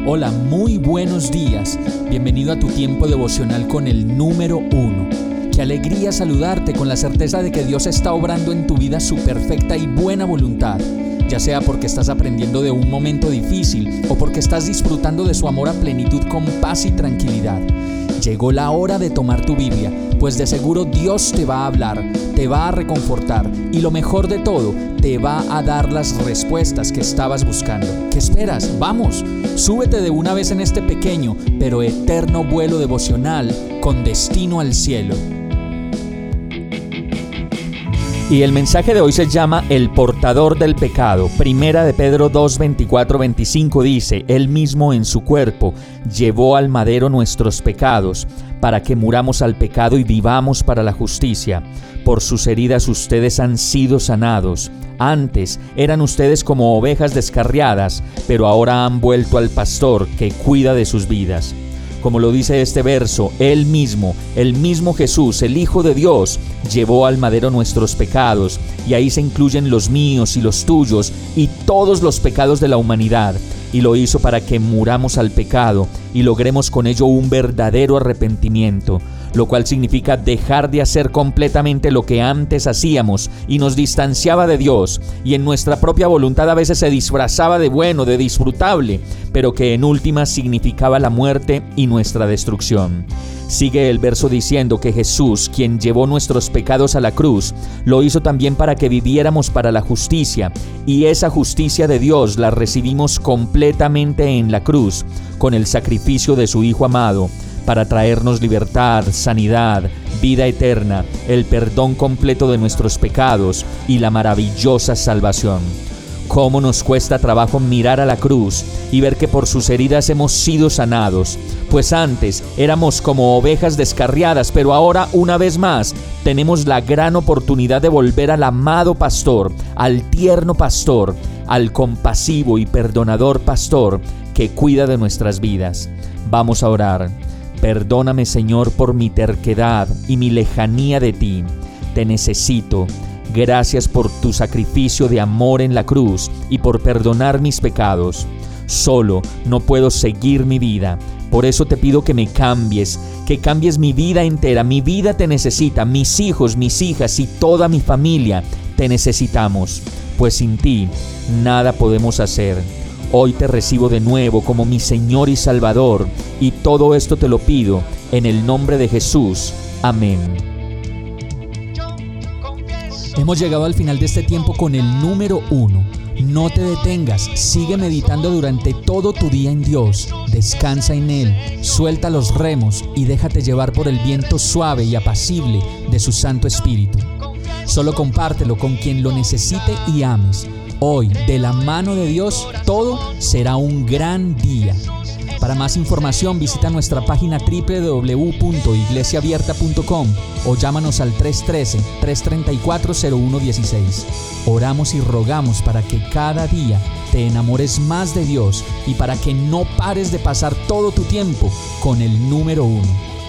Hola, muy buenos días. Bienvenido a tu tiempo devocional con el número 1. Qué alegría saludarte con la certeza de que Dios está obrando en tu vida su perfecta y buena voluntad, ya sea porque estás aprendiendo de un momento difícil o porque estás disfrutando de su amor a plenitud con paz y tranquilidad. Llegó la hora de tomar tu Biblia, pues de seguro Dios te va a hablar, te va a reconfortar y lo mejor de todo, te va a dar las respuestas que estabas buscando. ¿Qué esperas? ¡Vamos! Súbete de una vez en este pequeño pero eterno vuelo devocional con destino al cielo. Y el mensaje de hoy se llama El portador del pecado. Primera de Pedro 2, 24, 25 dice: Él mismo en su cuerpo llevó al madero nuestros pecados, para que muramos al pecado y vivamos para la justicia. Por sus heridas ustedes han sido sanados. Antes eran ustedes como ovejas descarriadas, pero ahora han vuelto al pastor que cuida de sus vidas. Como lo dice este verso, Él mismo, el mismo Jesús, el Hijo de Dios, llevó al madero nuestros pecados, y ahí se incluyen los míos y los tuyos y todos los pecados de la humanidad, y lo hizo para que muramos al pecado y logremos con ello un verdadero arrepentimiento, lo cual significa dejar de hacer completamente lo que antes hacíamos y nos distanciaba de Dios, y en nuestra propia voluntad a veces se disfrazaba de bueno, de disfrutable, pero que en últimas significaba la muerte y nuestra destrucción. Sigue el verso diciendo que Jesús, quien llevó nuestros pecados a la cruz, lo hizo también para que viviéramos para la justicia, y esa justicia de Dios la recibimos completamente en la cruz, con el sacrificio de su Hijo amado, para traernos libertad, sanidad, vida eterna, el perdón completo de nuestros pecados y la maravillosa salvación. Cómo nos cuesta trabajo mirar a la cruz y ver que por sus heridas hemos sido sanados, pues antes éramos como ovejas descarriadas, pero ahora una vez más tenemos la gran oportunidad de volver al amado pastor, al tierno pastor, al compasivo y perdonador pastor que cuida de nuestras vidas. Vamos a orar. Perdóname, Señor, por mi terquedad y mi lejanía de ti. Te necesito. Gracias por tu sacrificio de amor en la cruz y por perdonar mis pecados. Solo no puedo seguir mi vida. Por eso te pido que me cambies, que cambies mi vida entera. Mi vida te necesita, mis hijos, mis hijas y toda mi familia te necesitamos, pues sin ti nada podemos hacer. Hoy te recibo de nuevo como mi Señor y Salvador, y todo esto te lo pido en el nombre de Jesús. Amén. Hemos llegado al final de este tiempo con el número 1. No te detengas, sigue meditando durante todo tu día en Dios. Descansa en Él, suelta los remos y déjate llevar por el viento suave y apacible de su Santo Espíritu. Solo compártelo con quien lo necesite y ames. Hoy, de la mano de Dios, todo será un gran día. Para más información, visita nuestra página www.iglesiaabierta.com o llámanos al 313-334-0116. Oramos y rogamos para que cada día te enamores más de Dios y para que no pares de pasar todo tu tiempo con el número 1.